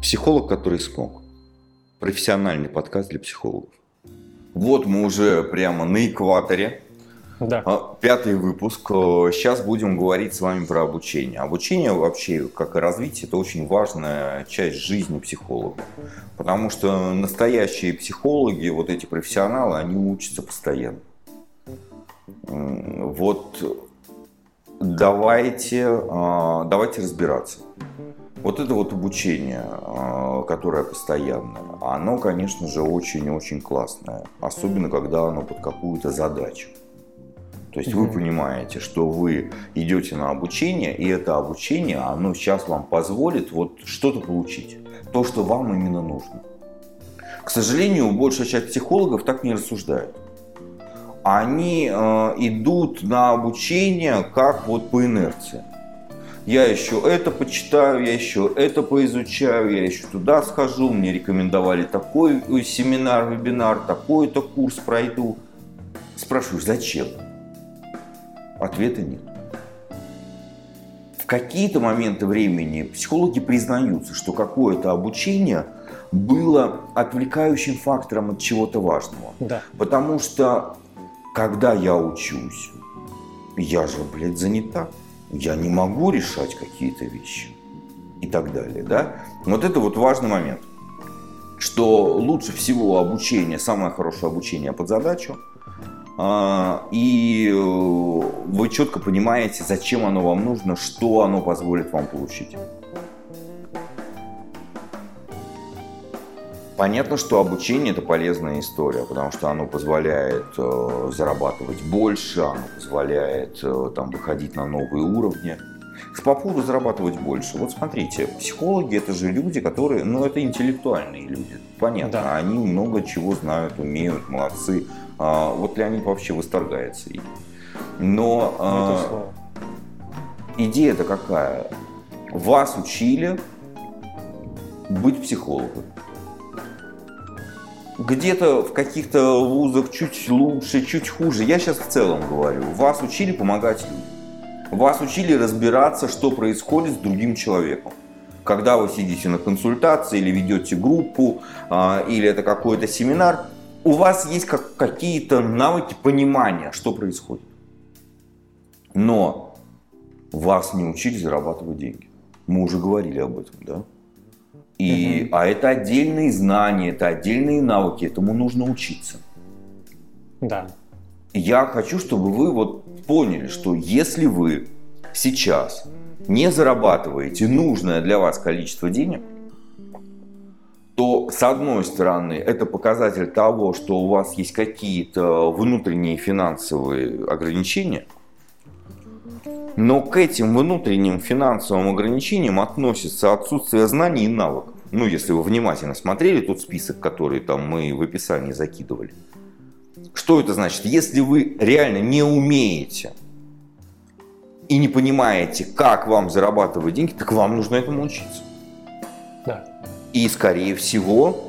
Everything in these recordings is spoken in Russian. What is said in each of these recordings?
Психолог, который смог. Профессиональный подкаст для психологов. Вот мы уже прямо на экваторе. Да. 5-й выпуск. Сейчас будем говорить с вами про обучение. Обучение вообще, как и развитие, это очень важная часть жизни психолога. Потому что настоящие психологи, вот эти профессионалы, они учатся постоянно. Вот давайте разбираться. Вот это вот обучение, которое постоянное, оно, конечно же, очень-очень классное. Особенно, когда оно под какую-то задачу. То есть вы понимаете, что вы идете на обучение, и это обучение, оно сейчас вам позволит вот что-то получить. То, что вам именно нужно. К сожалению, большая часть психологов так не рассуждает. Они идут на обучение как вот по инерции. Я еще это почитаю, я еще это поизучаю, я еще туда схожу, мне рекомендовали такой семинар, вебинар, такой-то курс пройду. Спрашиваю, зачем? Ответа нет. В какие-то моменты времени психологи признаются, что какое-то обучение было отвлекающим фактором от чего-то важного. Да. Потому что, когда я учусь, я же, занята. Я не могу решать какие-то вещи и так далее, да? Вот это вот важный момент, что лучше всего обучение, самое хорошее обучение под задачу, и вы четко понимаете, зачем оно вам нужно, что оно позволит вам получить. Понятно, что обучение – это полезная история, потому что оно позволяет зарабатывать больше, оно позволяет выходить на новые уровни. По поводу зарабатывать больше. Вот смотрите, психологи – это же люди, которые, это интеллектуальные люди, понятно, да. Они много чего знают, умеют, молодцы. Вот Леонид вообще восторгается ими. Но идея-то какая? Вас учили быть психологом. Где-то в каких-то вузах чуть лучше, чуть хуже. Я сейчас в целом говорю. Вас учили помогать людям. Вас учили разбираться, что происходит с другим человеком. Когда вы сидите на консультации или ведете группу, или это какой-то семинар, у вас есть какие-то навыки понимания, что происходит. Но вас не учили зарабатывать деньги. Мы уже говорили об этом, да? А это отдельные знания, это отдельные навыки, этому нужно учиться. Да. Я хочу, чтобы вы поняли, что если вы сейчас не зарабатываете нужное для вас количество денег, то, с одной стороны, это показатель того, что у вас есть какие-то внутренние финансовые ограничения, но к этим внутренним финансовым ограничениям относится отсутствие знаний и навыков. Если вы внимательно смотрели тот список, который мы в описании закидывали. Что это значит? Если вы реально не умеете и не понимаете, как вам зарабатывать деньги, так вам нужно этому учиться. Да. И, скорее всего,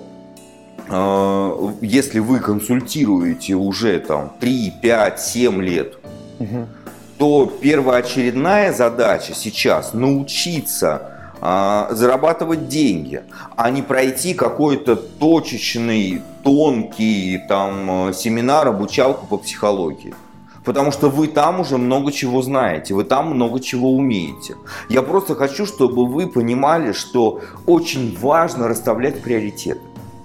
если вы консультируете уже 3, 5, 7 лет, то первоочередная задача сейчас научиться зарабатывать деньги, а не пройти какой-то точечный, тонкий семинар, обучалку по психологии. Потому что вы там уже много чего знаете, вы там много чего умеете. Я просто хочу, чтобы вы понимали, что очень важно расставлять приоритеты.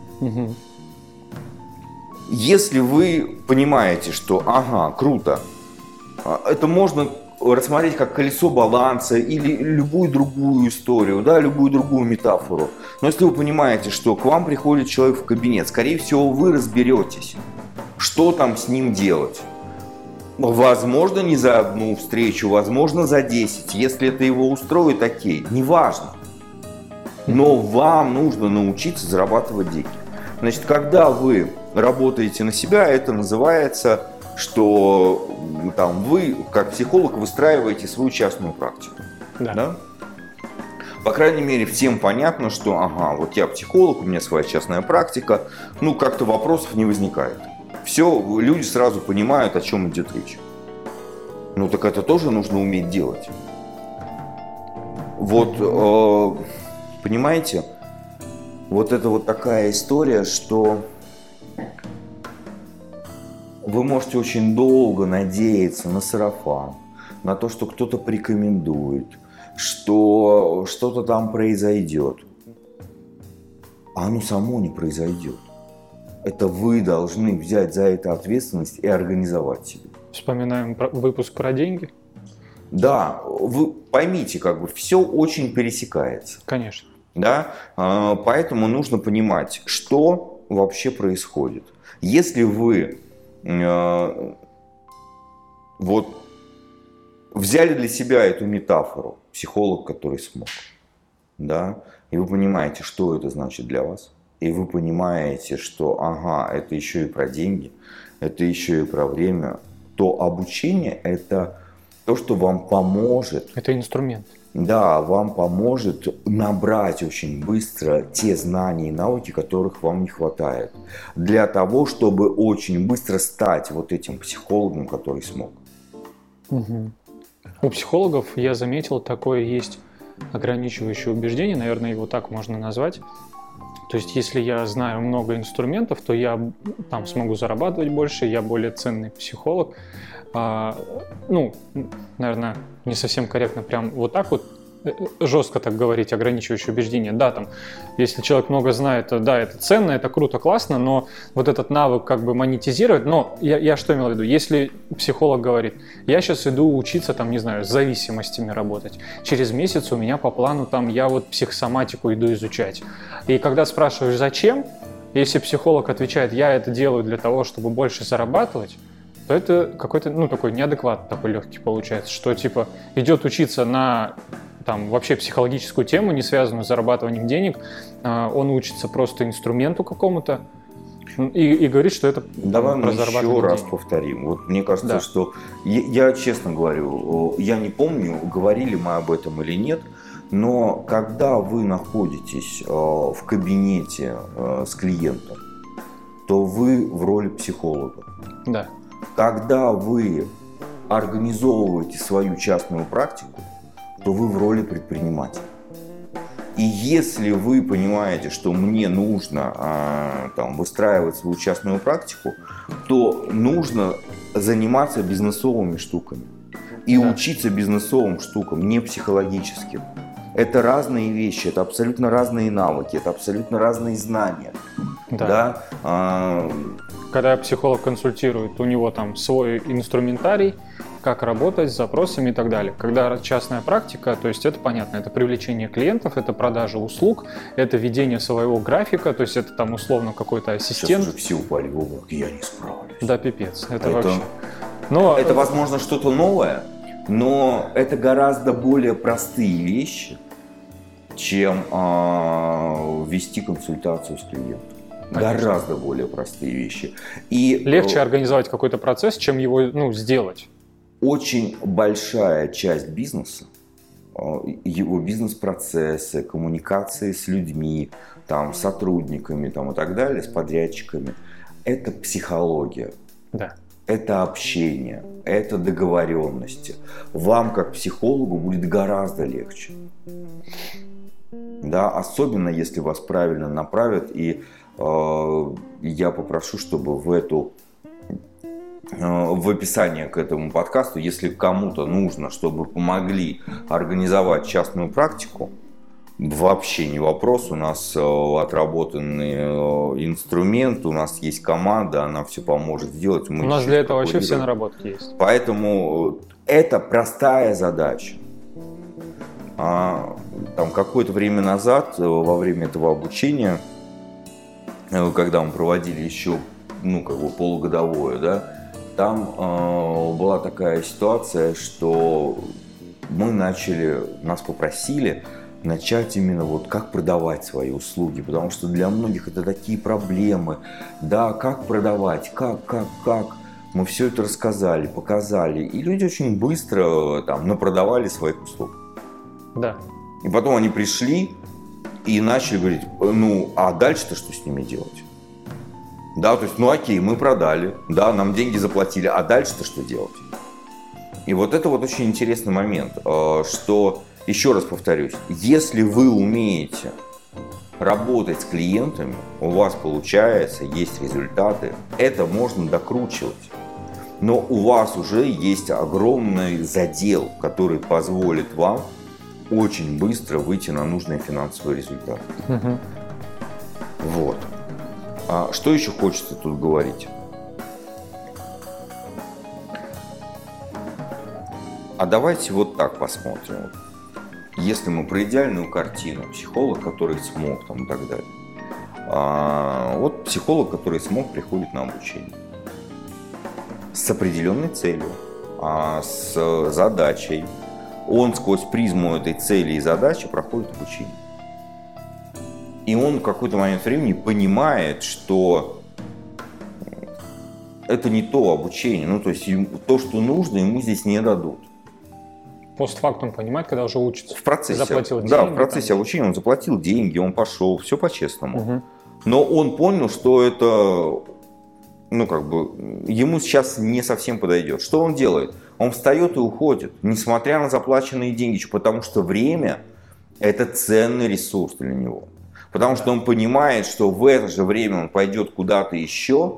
Если вы понимаете, что круто, это можно рассмотреть как колесо баланса или любую другую историю, любую другую метафору. Но если вы понимаете, что к вам приходит человек в кабинет, скорее всего, вы разберетесь, что там с ним делать. Возможно, не за одну встречу, возможно, за 10. Если это его устроит, окей, неважно. Но вам нужно научиться зарабатывать деньги. Значит, когда вы работаете на себя, это называется, что вы, как психолог, выстраиваете свою частную практику. Да? По крайней мере, всем понятно, что вот я психолог, у меня своя частная практика, как-то вопросов не возникает. Все, люди сразу понимают, о чем идет речь. Так это тоже нужно уметь делать. Понимаете, вот это вот такая история, что вы можете очень долго надеяться на сарафан, на то, что кто-то порекомендует, что что-то там произойдет. А оно само не произойдет. Это вы должны взять за это ответственность и организовать себе. Вспоминаем выпуск про деньги. Да, вы поймите, как бы все очень пересекается. Конечно. Да? Поэтому нужно понимать, что вообще происходит. Если вы вот взяли для себя эту метафору, психолог, который смог, да, и вы понимаете, что это значит для вас, и вы понимаете, что ага, это еще и про деньги, это еще и про время, то обучение – это то, что вам поможет. Это инструмент. Да, вам поможет набрать очень быстро те знания и навыки, которых вам не хватает, для того, чтобы очень быстро стать вот этим психологом, который смог. Угу. У психологов, я заметил, такое есть ограничивающее убеждение, наверное, его так можно назвать. То есть, если я знаю много инструментов, то я там смогу зарабатывать больше, я более ценный психолог. Наверное, не совсем корректно прям вот так вот жестко так говорить, ограничивающее убеждение. Да, там, если человек много знает, то да, это ценно, это круто, классно, но вот этот навык как бы монетизировать, но я что имел в виду? Если психолог говорит, я сейчас иду учиться, там, не знаю, с зависимостями работать, через месяц у меня по плану там, я вот психосоматику иду изучать. И когда спрашиваешь, зачем, если психолог отвечает, я это делаю для того, чтобы больше зарабатывать, то это какой-то, такой неадекват такой легкий получается, что типа идет учиться на там вообще психологическую тему, не связанную с зарабатыванием денег, он учится просто инструменту какому-то и говорит, что это Давай про мы зарабатывание еще раз денег. повторим. Вот мне кажется, Да. что я честно говорю, я не помню, говорили мы об этом или нет, но когда вы находитесь в кабинете с клиентом, то вы в роли психолога. Да. Когда вы организовываете свою частную практику, то вы в роли предпринимателя. И если вы понимаете, что мне нужно выстраивать свою частную практику, то нужно заниматься бизнесовыми штуками. И учиться бизнесовым штукам, не психологическим. Это разные вещи, это абсолютно разные навыки, это абсолютно разные знания. Да. Когда психолог консультирует, у него там свой инструментарий, как работать с запросами и так далее. Когда частная практика, то есть это понятно, это привлечение клиентов, это продажа услуг, это ведение своего графика, то есть это там условно какой-то ассистент. Сейчас уже все упали в обморок, я не справлюсь. Да, пипец, это вообще. Но это, возможно, что-то новое, но это гораздо более простые вещи, чем вести консультацию с клиентом. Конечно. Гораздо более простые вещи. И легче организовать какой-то процесс, чем его сделать. Очень большая часть бизнеса, его бизнес-процессы, коммуникации с людьми, там, сотрудниками там, и так далее, с подрядчиками, это психология. Да. Это общение, это договоренности. Вам, как психологу, будет гораздо легче. Да, особенно если вас правильно направят. И я попрошу, чтобы в описании к этому подкасту, если кому-то нужно, чтобы помогли организовать частную практику, вообще не вопрос, у нас отработанный инструмент, у нас есть команда, она все поможет сделать. У нас для этого вообще все наработки есть. Поэтому это простая задача. Там какое-то время назад, во время этого обучения, когда мы проводили еще полугодовое, да, там была такая ситуация, что нас попросили начать именно как продавать свои услуги, потому что для многих это такие проблемы, да, как продавать, как, мы все это рассказали, показали, и люди очень быстро напродавали своих услуг. Да. И потом они пришли и начали говорить, а дальше-то что с ними делать? Да, то есть, окей, мы продали, да, нам деньги заплатили, а дальше-то что делать? И вот это очень интересный момент, что, еще раз повторюсь, если вы умеете работать с клиентами, у вас получается, есть результаты, это можно докручивать. Но у вас уже есть огромный задел, который позволит вам очень быстро выйти на нужные финансовые результаты. Угу. Вот. А что еще хочется тут говорить? А давайте вот так посмотрим. Если мы про идеальную картину, психолог, который смог, там, и так далее. Вот психолог, который смог, приходит на обучение. С определенной целью, с задачей. Он сквозь призму этой цели и задачи проходит обучение. И он в какой-то момент времени понимает, что это не то обучение. Ну, то есть то, что нужно, ему здесь не дадут. Постфактум понимает, когда уже учится. В процессе. Заплатил деньги. Да, в процессе обучения он заплатил деньги, он пошел, все по-честному. Угу. Но он понял, что это, ему сейчас не совсем подойдет. Что он делает? Он встает и уходит, несмотря на заплаченные деньги, потому что время – это ценный ресурс для него. Потому что он понимает, что в это же время он пойдет куда-то еще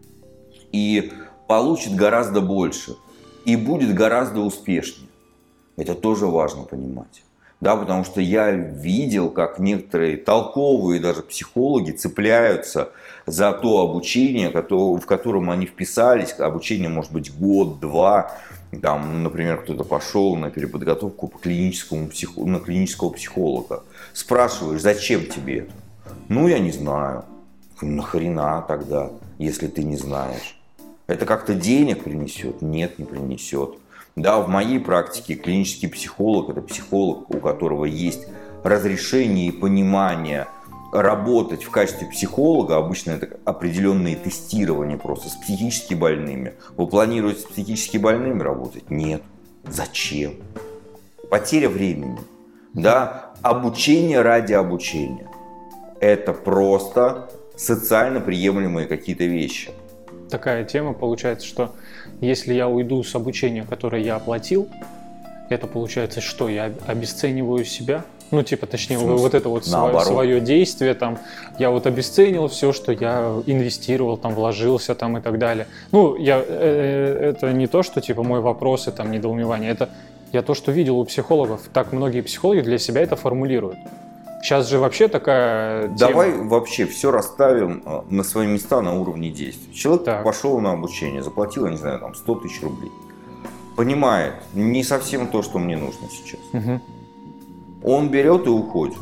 и получит гораздо больше, и будет гораздо успешнее. Это тоже важно понимать. Да, потому что я видел, как некоторые толковые даже психологи цепляются за то обучение, в котором они вписались. Обучение может быть год-два. Там, например, кто-то пошел на переподготовку на клинического психолога. Спрашиваешь, зачем тебе это? Ну, я не знаю. Нахрена тогда, если ты не знаешь? Это как-то денег принесет? Нет, не принесет. Да, в моей практике клинический психолог – это психолог, у которого есть разрешение и понимание работать в качестве психолога. Обычно это определенные тестирования просто с психически больными. Вы планируете с психически больными работать? Нет. Зачем? Потеря времени. Да, обучение ради обучения. Это просто социально приемлемые какие-то вещи. Такая тема получается, что если я уйду с обучения, которое я оплатил, это получается, что я обесцениваю себя? Ну, точнее, вот это вот свое действие, там, я вот обесценил все, что я инвестировал, там, вложился, там, и так далее. Ну, это не то, что, мой вопрос, и там, недоумевание, это я то, что видел у психологов. Так многие психологи для себя это формулируют. Сейчас же вообще такая тема. Давай вообще все расставим на свои места на уровне действий. Человек пошел на обучение, заплатил, я не знаю, там 100 тысяч рублей. Понимает, не совсем то, что мне нужно сейчас. Угу. Он берет и уходит.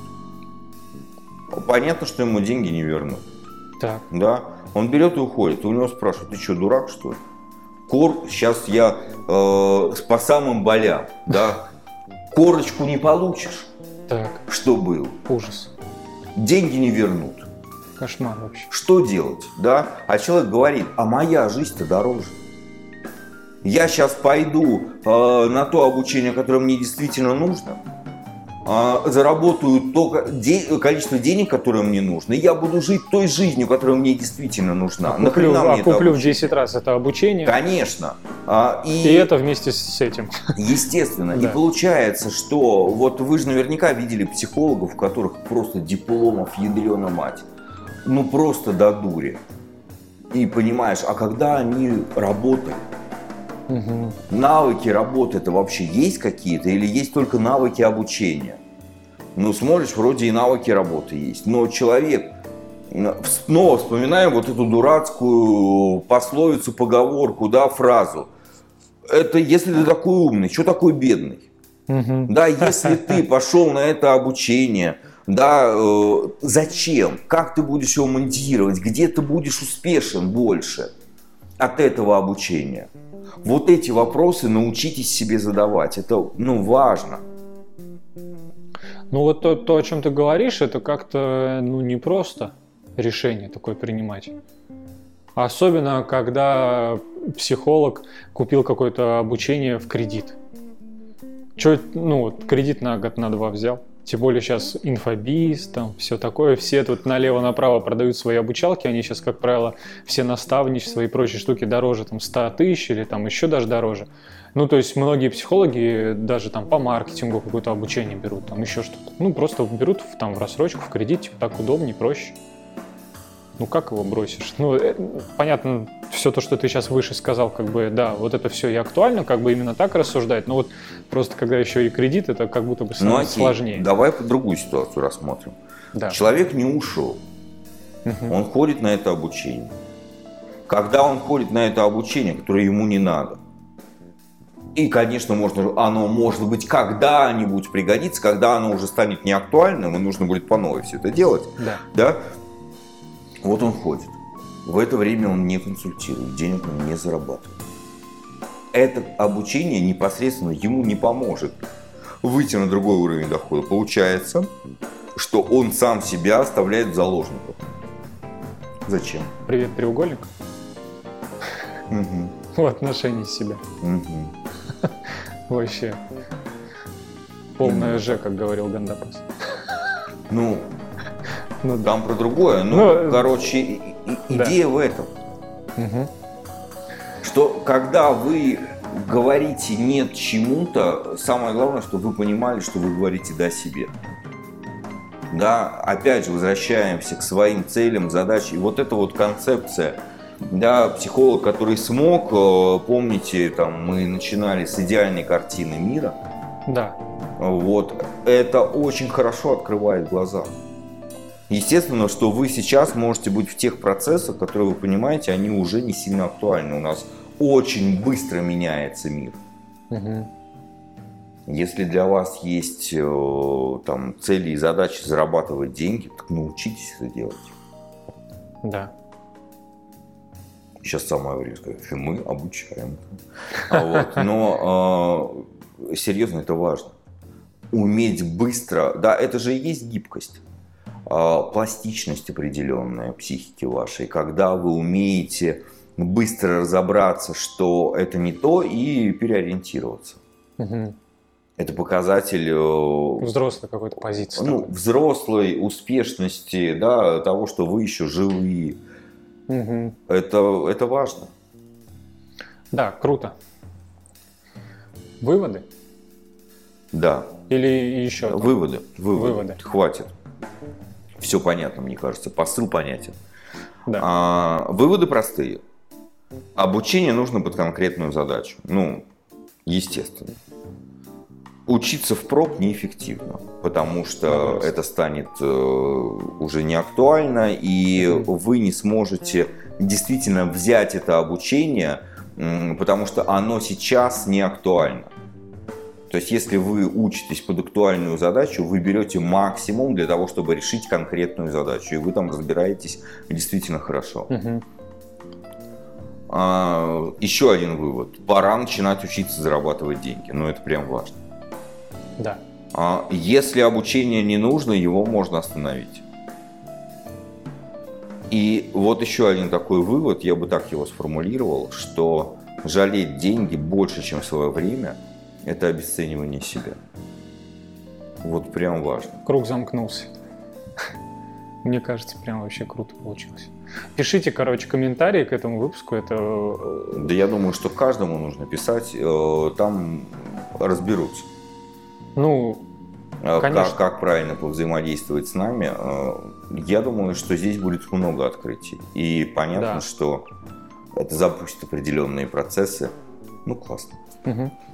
Понятно, что ему деньги не вернут. Так. Да? Он берет и уходит. И у него спрашивают, ты что, дурак, что ли? Сейчас я по самым болям. Да? Корочку не получишь. Так. Что было? Ужас. Деньги не вернут. Кошмар вообще. Что делать? Да? А человек говорит, а моя жизнь-то дороже. Я сейчас пойду на то обучение, которое мне действительно нужно, заработаю то количество денег, которое мне нужно, и я буду жить той жизнью, которая мне действительно нужна. Куплю в 10 раз это обучение. Конечно. И это вместе с этим. Естественно. Да. И получается, что вот вы же наверняка видели психологов, у которых просто дипломов ядрена мать. Ну просто до дури. И понимаешь, а когда они работали, угу. Навыки работы это вообще есть какие-то или есть только навыки обучения? Ну, смотришь, вроде и навыки работы есть. Но человек, снова вспоминаем вот эту дурацкую пословицу, поговорку, да, фразу. Это если ты такой умный, что такой бедный? Угу. Да, если ты пошел на это обучение, да, зачем? Как ты будешь его монетизировать? Где ты будешь успешен больше от этого обучения? Вот эти вопросы научитесь себе задавать. Это, важно. Ну вот то, о чем ты говоришь, это как-то, непросто решение такое принимать. Особенно, когда психолог купил какое-то обучение в кредит. Кредит на год, на 2 взял. Тем более сейчас инфобиз, там все такое, все тут налево-направо продают свои обучалки, они сейчас, как правило, все наставничества и прочие штуки дороже 100 тысяч или там еще даже дороже. Ну, то есть многие психологи даже там по маркетингу какое-то обучение берут, там еще что-то. Ну, просто берут там в рассрочку, в кредит, типа, так удобнее, проще. Ну, как его бросишь? Ну, понятно, все то, что ты сейчас выше сказал, как бы, да, вот это все и актуально, как бы именно так рассуждать, но вот просто когда еще и кредит, это как будто бы сложнее. Давай по другую ситуацию рассмотрим. Да. Человек не ушел, он ходит на это обучение. Когда он ходит на это обучение, которое ему не надо, и, конечно, оно, может быть, когда-нибудь пригодится, когда оно уже станет неактуальным, и нужно будет по новой все это делать, да? Вот он ходит. В это время он не консультирует, денег он не зарабатывает. Это обучение непосредственно ему не поможет выйти на другой уровень дохода. Получается, что он сам себя оставляет заложником. Зачем? Привет, треугольник. В отношении себя. Вообще. Полная Ж, как говорил Гандапас. Ну там про другое. Короче, идея в этом. Что когда вы говорите «нет» чему-то, самое главное, чтобы вы понимали, что вы говорите «да» себе. Да, опять же, возвращаемся к своим целям, задачам. И вот эта вот концепция, да, психолог, который смог, помните, там мы начинали с идеальной картины мира. Да. Вот, это очень хорошо открывает глаза. Естественно, что вы сейчас можете быть в тех процессах, которые вы понимаете, они уже не сильно актуальны. У нас очень быстро меняется мир. Если для вас есть там, цели и задачи зарабатывать деньги, так научитесь это делать. Да. Сейчас самое время сказать, что мы обучаем. Но серьезно, это важно. Уметь быстро, да, это же и есть гибкость. Пластичность определенная психики вашей, когда вы умеете быстро разобраться, что это не то, и переориентироваться. Это показатель взрослой какой-то позиции. Взрослой успешности, да, того, что вы еще живые. Это важно. Да, круто. Выводы? Да. Или еще? Выводы. Хватит. Все понятно, мне кажется. Посыл понятен. Да. Выводы простые. Обучение нужно под конкретную задачу. Естественно. Учиться впрок неэффективно, потому что это станет уже не актуально, и вы не сможете действительно взять это обучение, потому что оно сейчас не актуально. То есть, если вы учитесь под актуальную задачу, вы берете максимум для того, чтобы решить конкретную задачу, и вы там разбираетесь действительно хорошо. Еще один вывод. Пора начинать учиться зарабатывать деньги. Это прям важно. Да. Если обучение не нужно, его можно остановить. И вот еще один такой вывод, я бы так его сформулировал, что жалеть деньги больше, чем свое время, это обесценивание себя. Вот прям важно. Круг замкнулся. Мне кажется, прям вообще круто получилось. Пишите, комментарии к этому выпуску. Да я думаю, что каждому нужно писать, там разберутся. Конечно. Как правильно повзаимодействовать с нами. Я думаю, что здесь будет много открытий. И понятно, что это запустит определенные процессы. Классно.